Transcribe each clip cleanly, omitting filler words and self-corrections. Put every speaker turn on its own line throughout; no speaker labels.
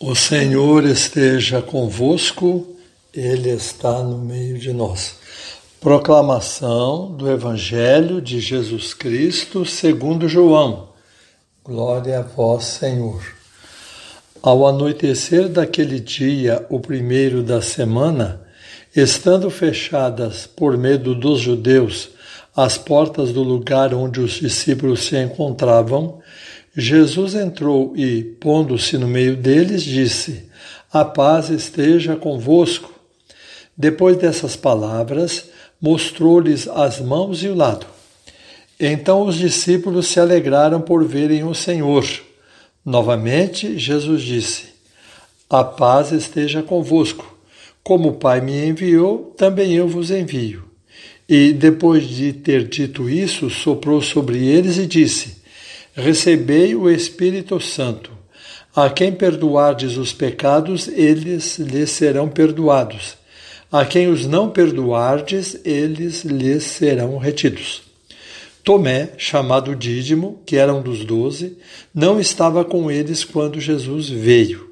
O Senhor esteja convosco, Ele está no meio de nós. Proclamação do Evangelho de Jesus Cristo segundo João. Glória a vós, Senhor. Ao anoitecer daquele dia, o primeiro da semana, estando fechadas por medo dos judeus as portas do lugar onde os discípulos se encontravam, Jesus entrou e, pondo-se no meio deles, disse: A paz esteja convosco. Depois dessas palavras, mostrou-lhes as mãos e o lado. Então os discípulos se alegraram por verem o Senhor. Novamente, Jesus disse: A paz esteja convosco. Como o Pai me enviou, também eu vos envio. E, depois de ter dito isso, soprou sobre eles e disse: Recebei o Espírito Santo. A quem perdoardes os pecados, eles lhes serão perdoados. A quem os não perdoardes, eles lhes serão retidos. Tomé, chamado Dídimo, que era um dos 12, não estava com eles quando Jesus veio.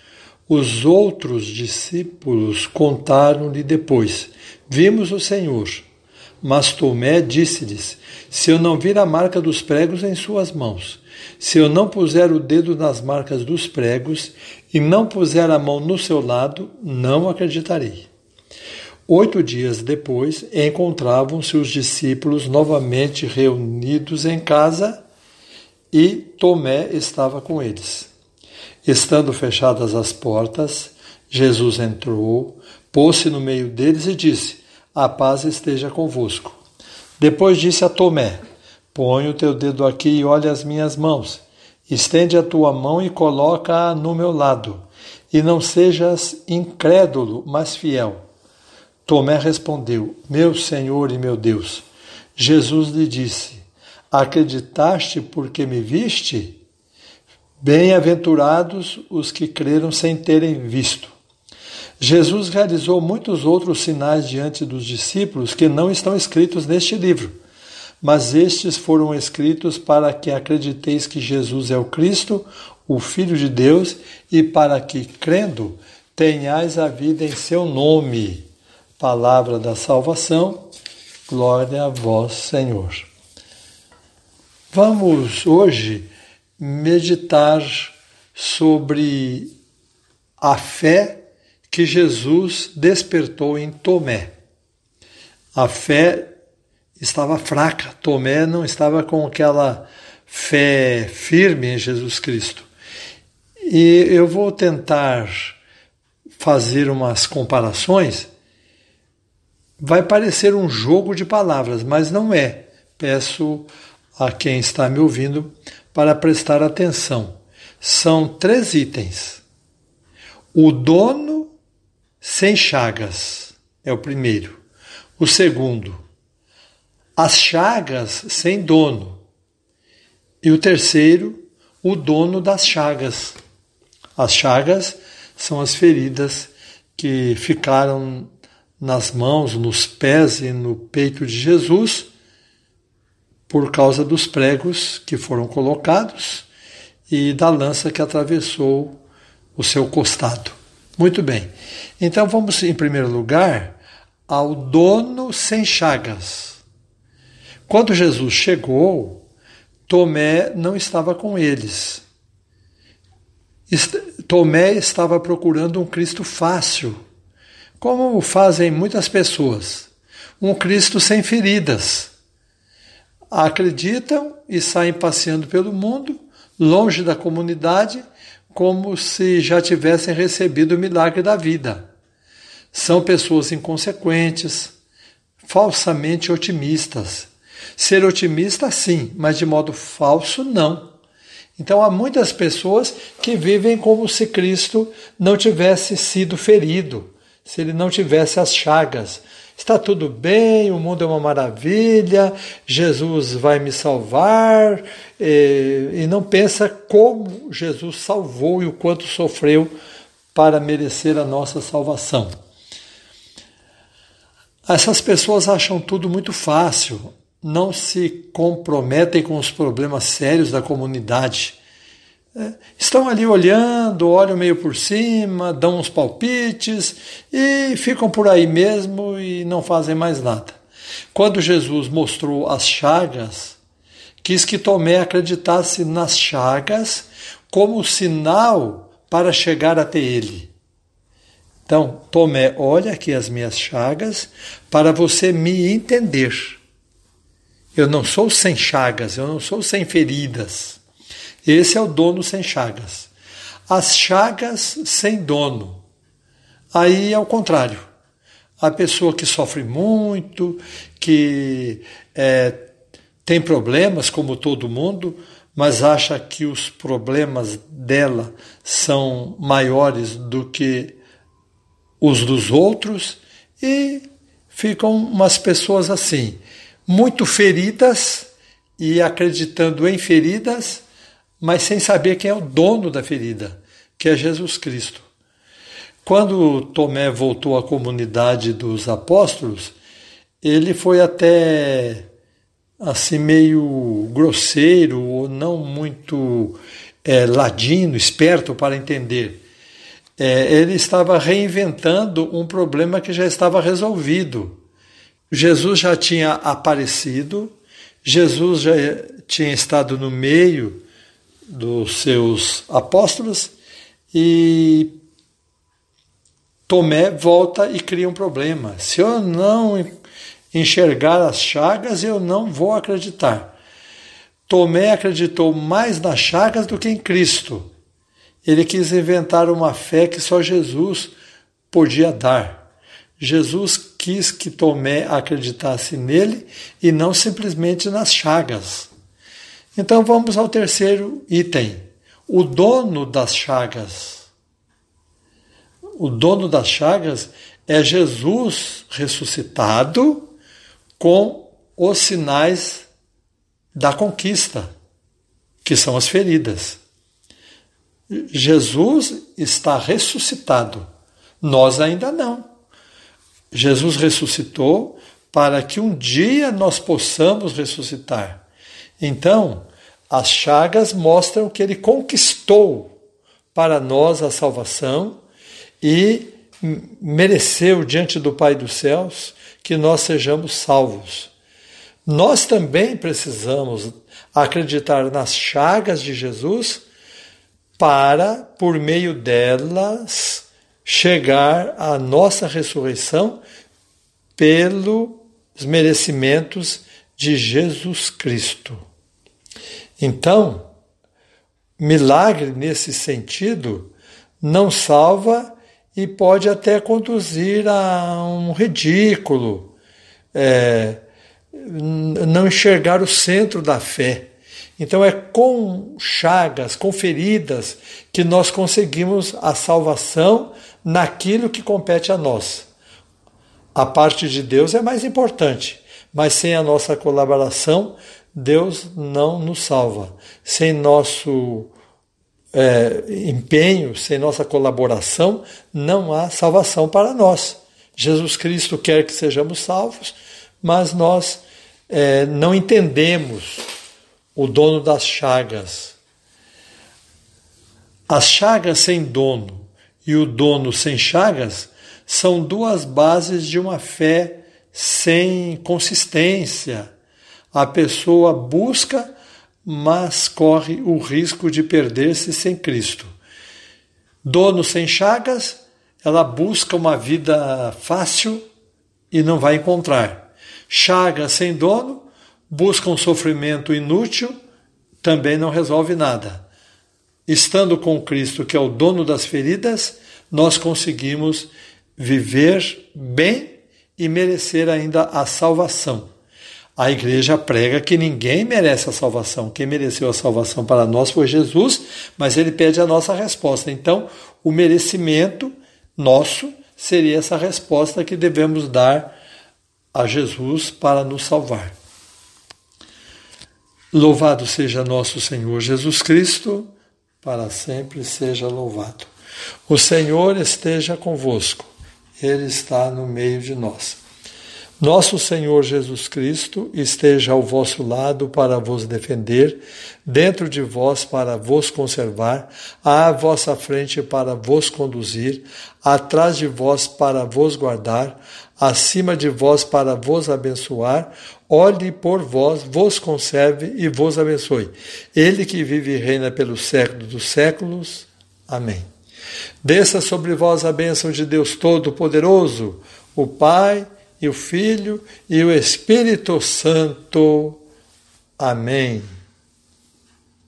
Os outros discípulos contaram-lhe depois: Vimos o Senhor. Mas Tomé disse-lhes: Se eu não vir a marca dos pregos em suas mãos, se eu não puser o dedo nas marcas dos pregos e não puser a mão no seu lado, não acreditarei. 8 dias depois, encontravam-se os discípulos novamente reunidos em casa e Tomé estava com eles. Estando fechadas as portas, Jesus entrou, pôs-se no meio deles e disse: A paz esteja convosco. Depois disse a Tomé: Põe o teu dedo aqui e olha as minhas mãos. Estende a tua mão e coloca-a no meu lado. E não sejas incrédulo, mas fiel. Tomé respondeu: Meu Senhor e meu Deus. Jesus lhe disse: Acreditaste porque me viste? Bem-aventurados os que creram sem terem visto. Jesus realizou muitos outros sinais diante dos discípulos que não estão escritos neste livro, mas estes foram escritos para que acrediteis que Jesus é o Cristo, o Filho de Deus, e para que, crendo, tenhais a vida em seu nome. Palavra da salvação, glória a vós, Senhor. Vamos hoje meditar sobre a fé que Jesus despertou em Tomé. A fé estava fraca, Tomé não estava com aquela fé firme em Jesus Cristo. E eu vou tentar fazer umas comparações. Vai parecer um jogo de palavras, mas não é. Peço a quem está me ouvindo para prestar atenção. São 3 itens. O dono sem chagas é o primeiro. O segundo, as chagas sem dono. E o terceiro, o dono das chagas. As chagas são as feridas que ficaram nas mãos, nos pés e no peito de Jesus por causa dos pregos que foram colocados e da lança que atravessou o seu costado. Muito bem. Então vamos, em primeiro lugar, ao dono sem chagas. Quando Jesus chegou, Tomé não estava com eles. Tomé estava procurando um Cristo fácil, como fazem muitas pessoas. Um Cristo sem feridas. Acreditam e saem passeando pelo mundo, longe da comunidade, como se já tivessem recebido o milagre da vida. São pessoas inconsequentes, falsamente otimistas. Ser otimista, sim, mas de modo falso, não. Então há muitas pessoas que vivem como se Cristo não tivesse sido ferido, se ele não tivesse as chagas. Está tudo bem, o mundo é uma maravilha, Jesus vai me salvar, e não pensa como Jesus salvou e o quanto sofreu para merecer a nossa salvação. Essas pessoas acham tudo muito fácil, não se comprometem com os problemas sérios da comunidade, estão ali olhando, olham meio por cima, dão uns palpites e ficam por aí mesmo e não fazem mais nada. Quando Jesus mostrou as chagas, quis que Tomé acreditasse nas chagas como sinal para chegar até ele. Então, Tomé, olha aqui as minhas chagas para você me entender. Eu não sou sem chagas, eu não sou sem feridas. Esse é o dono sem chagas. As chagas sem dono. Aí é o contrário. A pessoa que sofre muito, que tem problemas como todo mundo, mas acha que os problemas dela são maiores do que os dos outros, e ficam umas pessoas assim, muito feridas e acreditando em feridas, mas sem saber quem é o dono da ferida, que é Jesus Cristo. Quando Tomé voltou à comunidade dos apóstolos, ele foi até assim meio grosseiro ou não muito ladino, esperto para entender. Ele estava reinventando um problema que já estava resolvido. Jesus já tinha aparecido, Jesus já tinha estado no meio dos seus apóstolos e Tomé volta e cria um problema. Se eu não enxergar as chagas, eu não vou acreditar. Tomé acreditou mais nas chagas do que em Cristo. Ele quis inventar uma fé que só Jesus podia dar. Jesus quis que Tomé acreditasse nele e não simplesmente nas chagas. Então vamos ao terceiro item. O dono das chagas. O dono das chagas é Jesus ressuscitado com os sinais da conquista, que são as feridas. Jesus está ressuscitado, nós ainda não. Jesus ressuscitou para que um dia nós possamos ressuscitar. Então, as chagas mostram que ele conquistou para nós a salvação e mereceu diante do Pai dos céus que nós sejamos salvos. Nós também precisamos acreditar nas chagas de Jesus para, por meio delas, chegar à nossa ressurreição pelos merecimentos de Jesus Cristo. Então, milagre nesse sentido não salva e pode até conduzir a um ridículo, não enxergar o centro da fé. Então é com chagas, com feridas, que nós conseguimos a salvação naquilo que compete a nós. A parte de Deus é mais importante, mas sem a nossa colaboração, Deus não nos salva. Sem nosso empenho, sem nossa colaboração, não há salvação para nós. Jesus Cristo quer que sejamos salvos, mas nós não entendemos o dono das chagas. As chagas sem dono e o dono sem chagas são duas bases de uma fé sem consistência. A pessoa busca, mas corre o risco de perder-se sem Cristo. Dono sem chagas, ela busca uma vida fácil e não vai encontrar. Chagas sem dono, busca um sofrimento inútil, também não resolve nada. Estando com Cristo, que é o dono das feridas, nós conseguimos viver bem e merecer ainda a salvação. A igreja prega que ninguém merece a salvação. Quem mereceu a salvação para nós foi Jesus, mas ele pede a nossa resposta. Então, o merecimento nosso seria essa resposta que devemos dar a Jesus para nos salvar. Louvado seja nosso Senhor Jesus Cristo, para sempre seja louvado. O Senhor esteja convosco, Ele está no meio de nós. Nosso Senhor Jesus Cristo esteja ao vosso lado para vos defender, dentro de vós para vos conservar, à vossa frente para vos conduzir, atrás de vós para vos guardar, acima de vós para vos abençoar, olhe por vós, vos conserve e vos abençoe. Ele que vive e reina pelos séculos dos séculos. Amém. Desça sobre vós a bênção de Deus Todo-Poderoso, o Pai, e o Filho e o Espírito Santo. Amém.